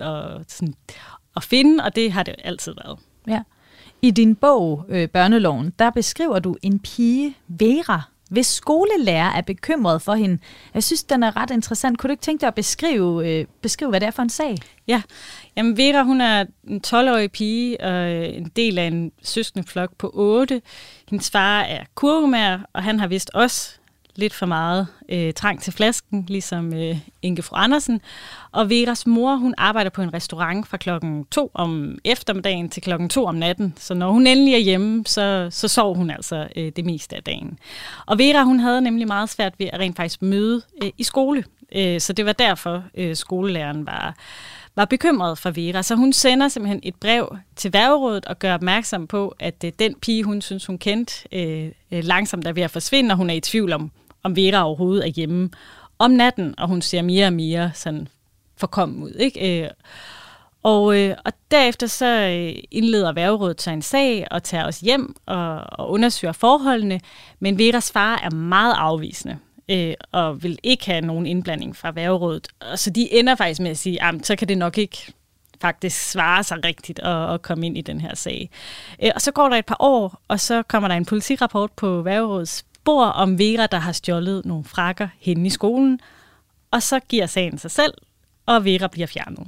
at finde, og det har det altid været. Ja. I din bog, Børneloven, der beskriver du en pige, Vera, hvis skolelærer er bekymret for hende. Jeg synes, den er ret interessant. Kunne du ikke tænke dig at beskrive hvad det er for en sag? Ja, jamen Vera, hun er en 12-årig pige og en del af en søskendeflok på 8. Hendes far er kurvemager, og han har vist også lidt for meget trang til flasken, ligesom Inge Fru Andersen. Og Veras mor, hun arbejder på en restaurant fra 2:00 om eftermiddagen til 2:00 om natten. Så når hun endelig er hjemme, så sover hun altså det meste af dagen. Og Vera, hun havde nemlig meget svært ved at rent faktisk møde i skole. Så det var derfor, skolelæreren var bekymret for Vera. Så hun sender simpelthen et brev til værgerådet og gør opmærksom på, at den pige, hun synes, hun kendte, langsomt er ved at forsvinde, og hun er i tvivl om Vera overhovedet er hjemme om natten, og hun ser mere og mere sådan forkommen ud, ikke? Og derefter så indleder værgerådet sig en sag og tager os hjem og undersøger forholdene, men Veras far er meget afvisende og vil ikke have nogen indblanding fra værgerådet. Og så de ender faktisk med at sige, så kan det nok ikke faktisk svare sig rigtigt at komme ind i den her sag. Og så går der et par år, og så kommer der en politirapport på værgerådets bord om Vera, der har stjålet nogle frakker henne i skolen, og så giver sagen sig selv, og Vera bliver fjernet.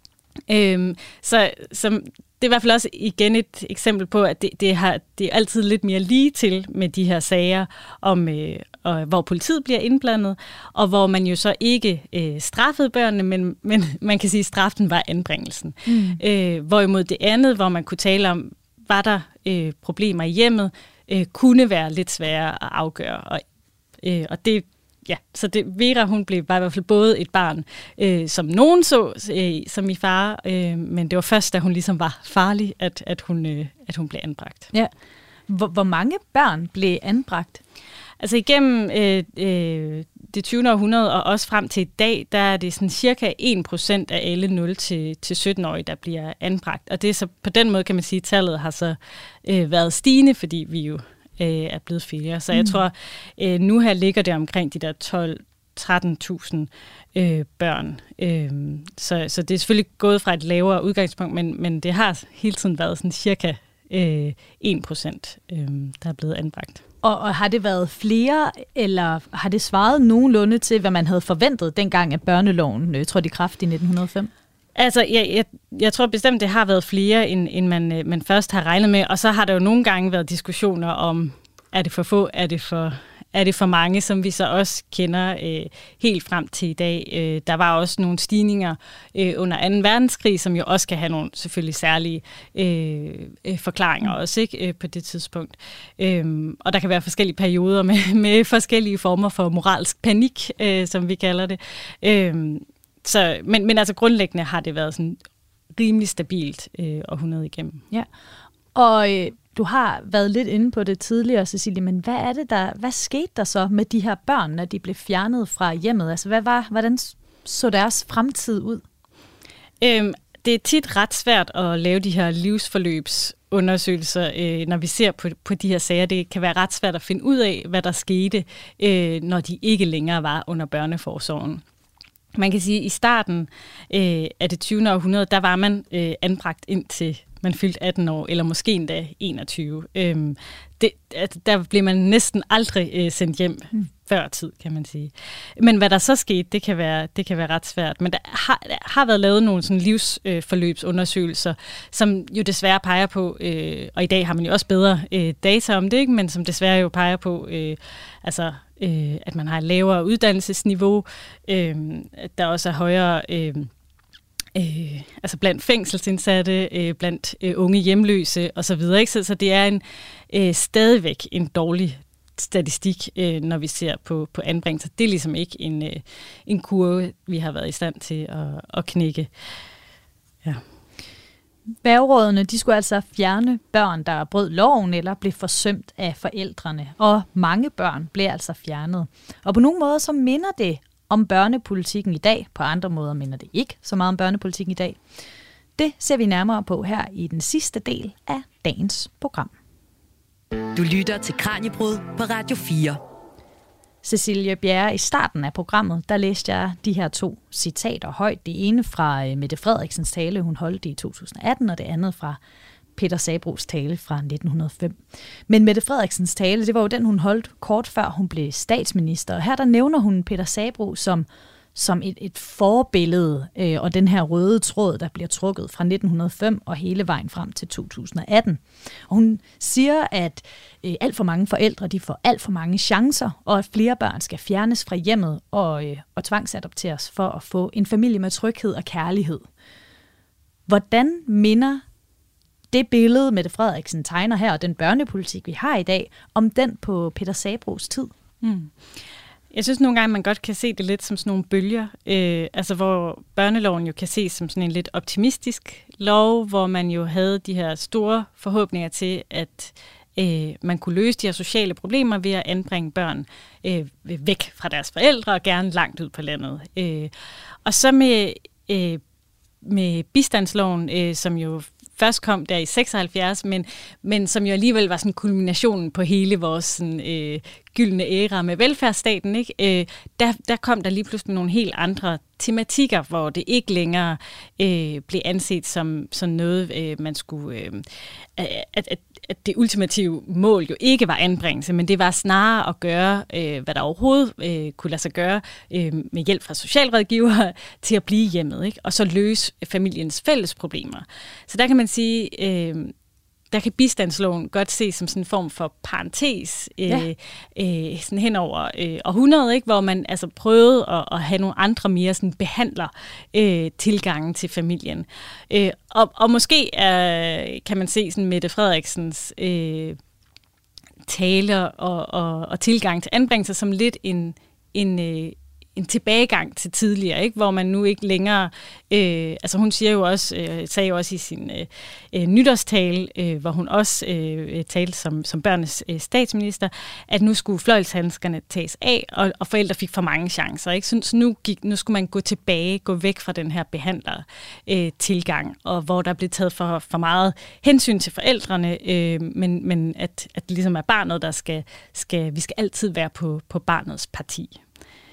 Så det er i hvert fald også igen et eksempel på, at det er altid lidt mere lige til med de her sager, hvor politiet bliver indblandet, og hvor man jo så ikke straffede børnene, men man kan sige, at straffen var anbringelsen. Hvorimod det andet, hvor man kunne tale om, var der problemer i hjemmet, kunne være lidt sværere at afgøre. Og det, ja, så Vera, hun var i hvert fald både et barn, som nogen så som i far, men det var først, da hun ligesom var farlig, at hun blev anbragt. Ja. Hvor mange børn blev anbragt? Altså igennem det 20. århundrede og også frem til i dag, der er det sådan cirka 1% af alle 0-17-årige, der bliver anbragt. Og det er så på den måde, kan man sige, at tallet har så været stigende, fordi vi jo er blevet flere. Så jeg tror, nu her ligger det omkring de der 12-13.000 børn. Så det er selvfølgelig gået fra et lavere udgangspunkt, men det har hele tiden været sådan cirka 1%, der er blevet anbragt. Og har det været flere, eller har det svaret nogenlunde til, hvad man havde forventet dengang, at børneloven trådte i kraft i 1905? Altså, jeg tror bestemt, det har været flere, end man først har regnet med. Og så har der jo nogle gange været diskussioner om, er det for få, er det for mange, som vi så også kender helt frem til i dag. Der var også nogle stigninger under 2. verdenskrig, som jo også kan have nogle selvfølgelig særlige forklaringer også, ikke, på det tidspunkt. Og der kan være forskellige perioder med forskellige former for moralsk panik, som vi kalder det. Men altså grundlæggende har det været sådan rimelig stabilt århundrede igennem. Ja. Og du har været lidt inde på det tidligere, Cecilie, men hvad skete der så med de her børn, når de blev fjernet fra hjemmet? Altså hvordan så deres fremtid ud? Det er tit ret svært at lave de her livsforløbsundersøgelser, når vi ser på de her sager. Det kan være ret svært at finde ud af, hvad der skete, når de ikke længere var under børneforsorgen. Man kan sige, at i starten af det 20. århundrede, der var man anbragt indtil man fyldte 18 år, eller måske endda 21. Der blev man næsten aldrig sendt hjem, før tid, kan man sige. Men hvad der så skete, det kan være ret svært. Men der har været lavet nogle sådan livsforløbsundersøgelser, som jo desværre peger på, og i dag har man jo også bedre data om det, ikke? Men som desværre jo peger på, at man har et lavere uddannelsesniveau, at der også er højere blandt fængselsindsatte, blandt unge hjemløse osv. Så det er stadigvæk en dårlig statistik, når vi ser på anbringelser. Det er ligesom ikke en kurve, vi har været i stand til at knække. Ja. Værgerådene, de skulle altså fjerne børn, der brød loven eller blev forsømt af forældrene. Og mange børn blev altså fjernet. Og på nogle måder så minder det om børnepolitikken i dag. På andre måder minder det ikke så meget om børnepolitikken i dag. Det ser vi nærmere på her i den sidste del af dagens program. Du lytter til Kraniebrud på Radio 4. Cecilie Bjerre, i starten af programmet, der læste jeg de her 2 citater højt. Det ene fra Mette Frederiksens tale, hun holdt i 2018, og det andet fra Peter Sabroes tale fra 1905. Men Mette Frederiksens tale, det var jo den, hun holdt kort før hun blev statsminister. Og her der nævner hun Peter Sabroe som et forbillede, og den her røde tråd, der bliver trukket fra 1905 og hele vejen frem til 2018. Og hun siger, at alt for mange forældre, de får alt for mange chancer, og at flere børn skal fjernes fra hjemmet og tvangsadopteres for at få en familie med tryghed og kærlighed. Hvordan minder det billede, Mette Frederiksen tegner her, og den børnepolitik, vi har i dag, om den på Peter Sabroes tid? Jeg synes nogle gange, man godt kan se det lidt som sådan nogle bølger, hvor børneloven jo kan ses som sådan en lidt optimistisk lov, hvor man jo havde de her store forhåbninger til, at man kunne løse de her sociale problemer ved at anbringe børn væk fra deres forældre og gerne langt ud på landet. Og så med bistandsloven, som jo først kom der i 76, men som jo alligevel var sådan kulminationen på hele vores sådan, gyldne æra med velfærdsstaten, ikke? Der kom der lige pludselig nogle helt andre tematikker, hvor det ikke længere blev anset som noget, man skulle... At det ultimative mål jo ikke var anbringelse, men det var snarere at gøre, hvad der overhovedet kunne lade sig gøre med hjælp fra socialrådgivere til at blive hjemmet, ikke? Og så løse familiens fælles problemer. Så der kan man sige, der kan bistandsloven godt ses som sådan en form for parentes sådan hen over århundredet, ikke? Hvor man altså prøvede at have nogle andre mere sådan behandler tilgangen til familien. Og måske kan man se sådan Mette Frederiksens taler og tilgang til anbringelser som lidt en tilbagegang til tidligere, ikke? Hvor man nu ikke længere... hun siger jo også, sagde jo også i sin nytårstale, hvor hun også talte som børnenes statsminister, at nu skulle fløjlshandskerne tages af, og forældre fik for mange chancer, ikke? Så nu skulle man gå væk fra den her behandler-tilgang, og hvor der blev taget for meget hensyn til forældrene, men at det ligesom er barnet, der vi skal altid være på barnets parti.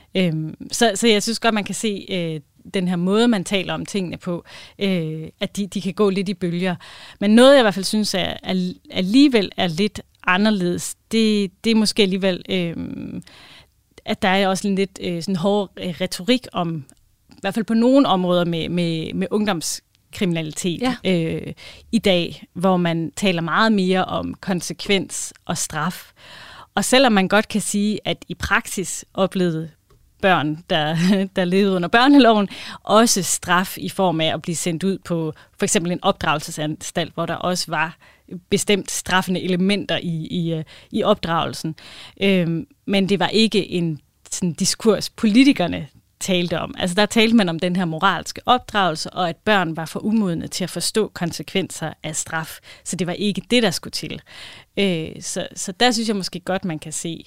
Så jeg synes godt, man kan se den her måde, man taler om tingene på, at de kan gå lidt i bølger. Men noget, jeg i hvert fald synes alligevel er lidt anderledes, det er måske alligevel, at der er også en lidt sådan hård retorik om, i hvert fald på nogle områder med ungdomskriminalitet i dag, hvor man taler meget mere om konsekvens og straf. Og selvom man godt kan sige, at i praksis oplevede børn, der levede under børneloven, også straf i form af at blive sendt ud på for eksempel en opdragelsesanstalt, hvor der også var bestemt straffende elementer i opdragelsen. Men det var ikke en sådan diskurs, politikerne talte om. Altså der talte man om den her moralske opdragelse, og at børn var for umodne til at forstå konsekvenser af straf. Så det var ikke det, der skulle til. Så der synes jeg måske godt, man kan se...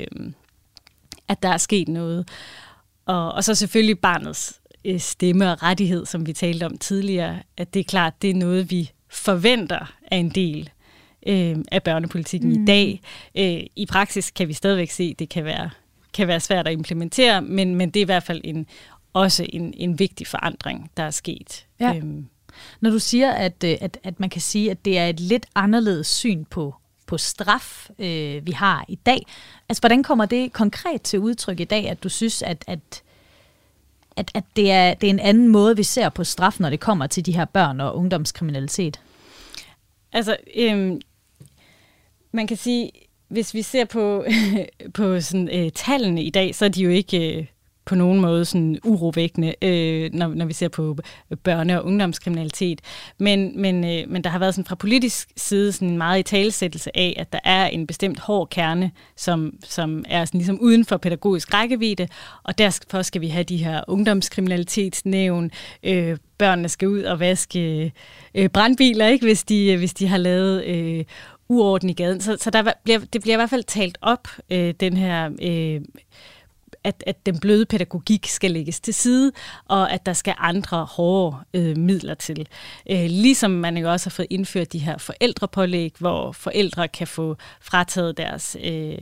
at der er sket noget. Og så selvfølgelig barnets stemme og rettighed, som vi talte om tidligere, at det er klart, det er noget, vi forventer af en del af børnepolitikken i dag. I praksis kan vi stadigvæk se, at det kan være svært at implementere, men det er i hvert fald også en vigtig forandring, der er sket. Ja. Når du siger, at man kan sige, at det er et lidt anderledes syn på på straf, vi har i dag. Altså, hvordan kommer det konkret til udtryk i dag, at du synes, at det er en anden måde, vi ser på straf, når det kommer til de her børn og ungdomskriminalitet? Altså, man kan sige, hvis vi ser på sådan, tallene i dag, så er de jo ikke på nogen måde sådan urovækkende, når vi ser på børne- og ungdomskriminalitet. Men der har været sådan fra politisk side sådan en meget italesættelse af, at der er en bestemt hård kerne, som er sådan ligesom uden for pædagogisk rækkevidde, og derfor skal vi have de her ungdomskriminalitetsnævn. Børnene skal ud og vaske brandbiler, ikke, hvis de har lavet uorden i gaden. Så det bliver i hvert fald talt op, den her at den bløde pædagogik skal lægges til side, og at der skal andre hårde midler til. Ligesom man jo også har fået indført de her forældrepålæg, hvor forældre kan få frataget deres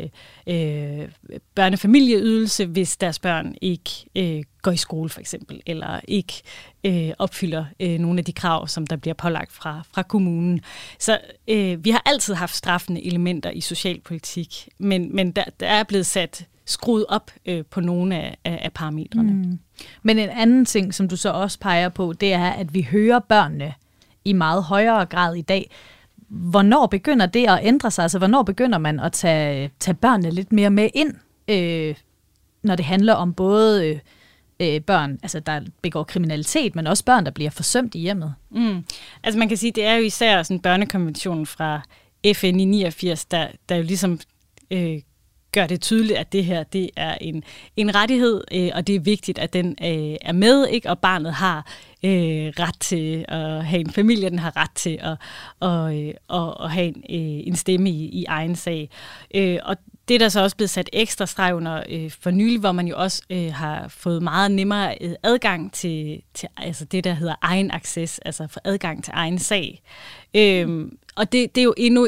børnefamilieydelse, hvis deres børn ikke går i skole for eksempel, eller ikke opfylder nogle af de krav, som der bliver pålagt fra kommunen. Så vi har altid haft straffende elementer i socialpolitik, men der er blevet sat skruet op på nogle af parametrene. Mm. Men en anden ting, som du så også peger på, det er, at vi hører børnene i meget højere grad i dag. Hvornår begynder det at ændre sig? Altså, hvornår begynder man at tage børnene lidt mere med ind, når det handler om både børn, altså der begår kriminalitet, men også børn, der bliver forsømt i hjemmet? Mm. Altså man kan sige, det er jo især sådan børnekonventionen fra FN i 89, der jo ligesom gør det tydeligt, at det her det er en rettighed, og det er vigtigt, at den er med, ikke? Og barnet har ret til at have en familie, den har ret til at have en stemme i egen sag. Og det er der så også blevet sat ekstra streg under for nylig, hvor man jo også har fået meget nemmere adgang til altså det, der hedder egen access, altså for adgang til egen sag. Og det er jo endnu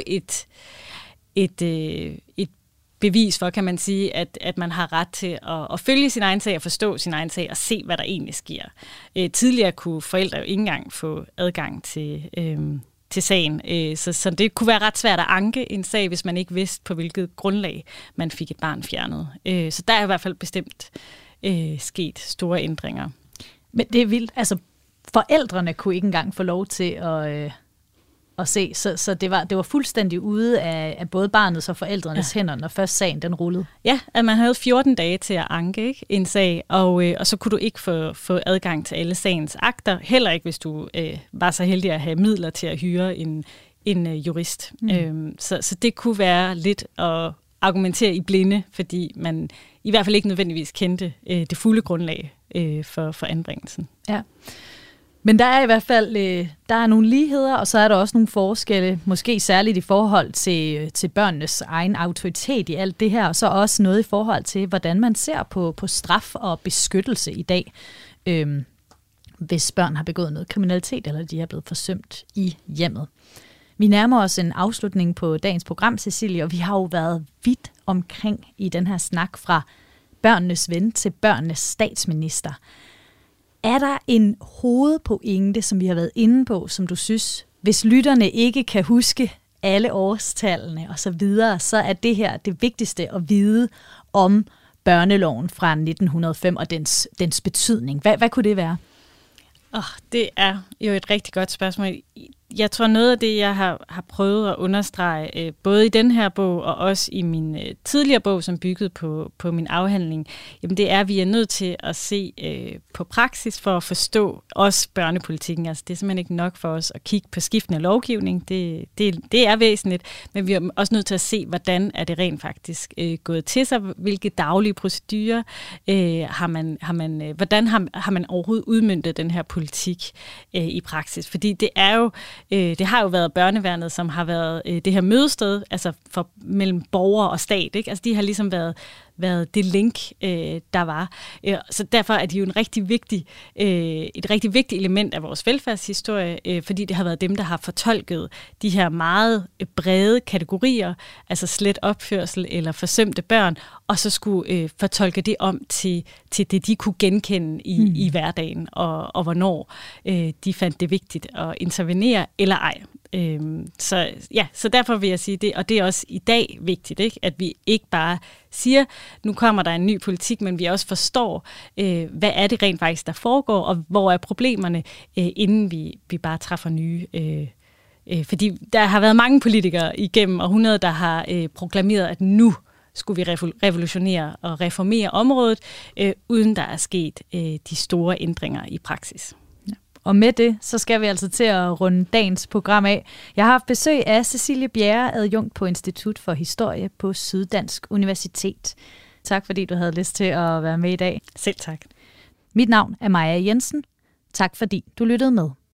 et bevis for, kan man sige, at man har ret til at følge sin egen sag og forstå sin egen sag og se, hvad der egentlig sker. Tidligere kunne forældre jo ikke engang få adgang til sagen, så det kunne være ret svært at anke en sag, hvis man ikke vidste, på hvilket grundlag man fik et barn fjernet. Så der er i hvert fald bestemt sket store ændringer. Men det er vildt. Altså, forældrene kunne ikke engang få lov til at se, så det var fuldstændig ude af både barnets og forældrenes hænder, når først sagen den rullede. Ja, at man havde 14 dage til at anke, ikke, en sag, og så kunne du ikke få adgang til alle sagens akter, heller ikke hvis du var så heldig at have midler til at hyre en jurist. Så det kunne være lidt at argumentere i blinde, fordi man i hvert fald ikke nødvendigvis kendte det fulde grundlag for anbringelsen. Ja. Men der er i hvert fald der er nogle ligheder, og så er der også nogle forskelle, måske særligt i forhold til børnenes egen autoritet i alt det her, og så også noget i forhold til, hvordan man ser på straf og beskyttelse i dag, hvis børn har begået noget kriminalitet, eller de er blevet forsømt i hjemmet. Vi nærmer os en afslutning på dagens program, Cecilie, og vi har jo været vidt omkring i den her snak fra børnenes ven til børnenes statsminister. Er der en hovedpointe, som vi har været inde på, som du synes, hvis lytterne ikke kan huske alle årstallene og så videre, så er det her det vigtigste at vide om børneloven fra 1905 og dens betydning. Hvad kunne det være? Det er jo et rigtig godt spørgsmål. Jeg tror, noget af det, jeg har prøvet at understrege, både i den her bog og også i min tidligere bog, som byggede på min afhandling, jamen det er, at vi er nødt til at se på praksis for at forstå også børnepolitikken. Altså, det er simpelthen ikke nok for os at kigge på skiftende lovgivning. Det er væsentligt, men vi er også nødt til at se, hvordan er det rent faktisk gået til sig, hvilke daglige procedurer hvordan har man overhovedet udmøntet den her politik i praksis. Fordi det er jo det har jo været børneværnet, som har været det her mødested, altså mellem borger og stat, ikke? Altså de har ligesom været det link, der var. Så derfor er de jo et rigtig vigtigt element af vores velfærdshistorie, fordi det har været dem, der har fortolket de her meget brede kategorier, altså slet opførsel eller forsømte børn, og så skulle fortolke det om til det, de kunne genkende i hverdagen, og hvornår de fandt det vigtigt at intervenere eller ej. Så derfor vil jeg sige det, og det er også i dag vigtigt, ikke? At vi ikke bare siger, nu kommer der en ny politik, men vi også forstår, hvad er det rent faktisk, der foregår, og hvor er problemerne, inden vi bare træffer nye. Fordi der har været mange politikere igennem århundreder, der har proklameret, at nu skulle vi revolutionere og reformere området, uden der er sket de store ændringer i praksis. Og med det, så skal vi altså til at runde dagens program af. Jeg har haft besøg af Cecilie Bjerre, adjunkt på Institut for Historie på Syddansk Universitet. Tak fordi du havde lyst til at være med i dag. Selv tak. Mit navn er Maja Jensen. Tak fordi du lyttede med.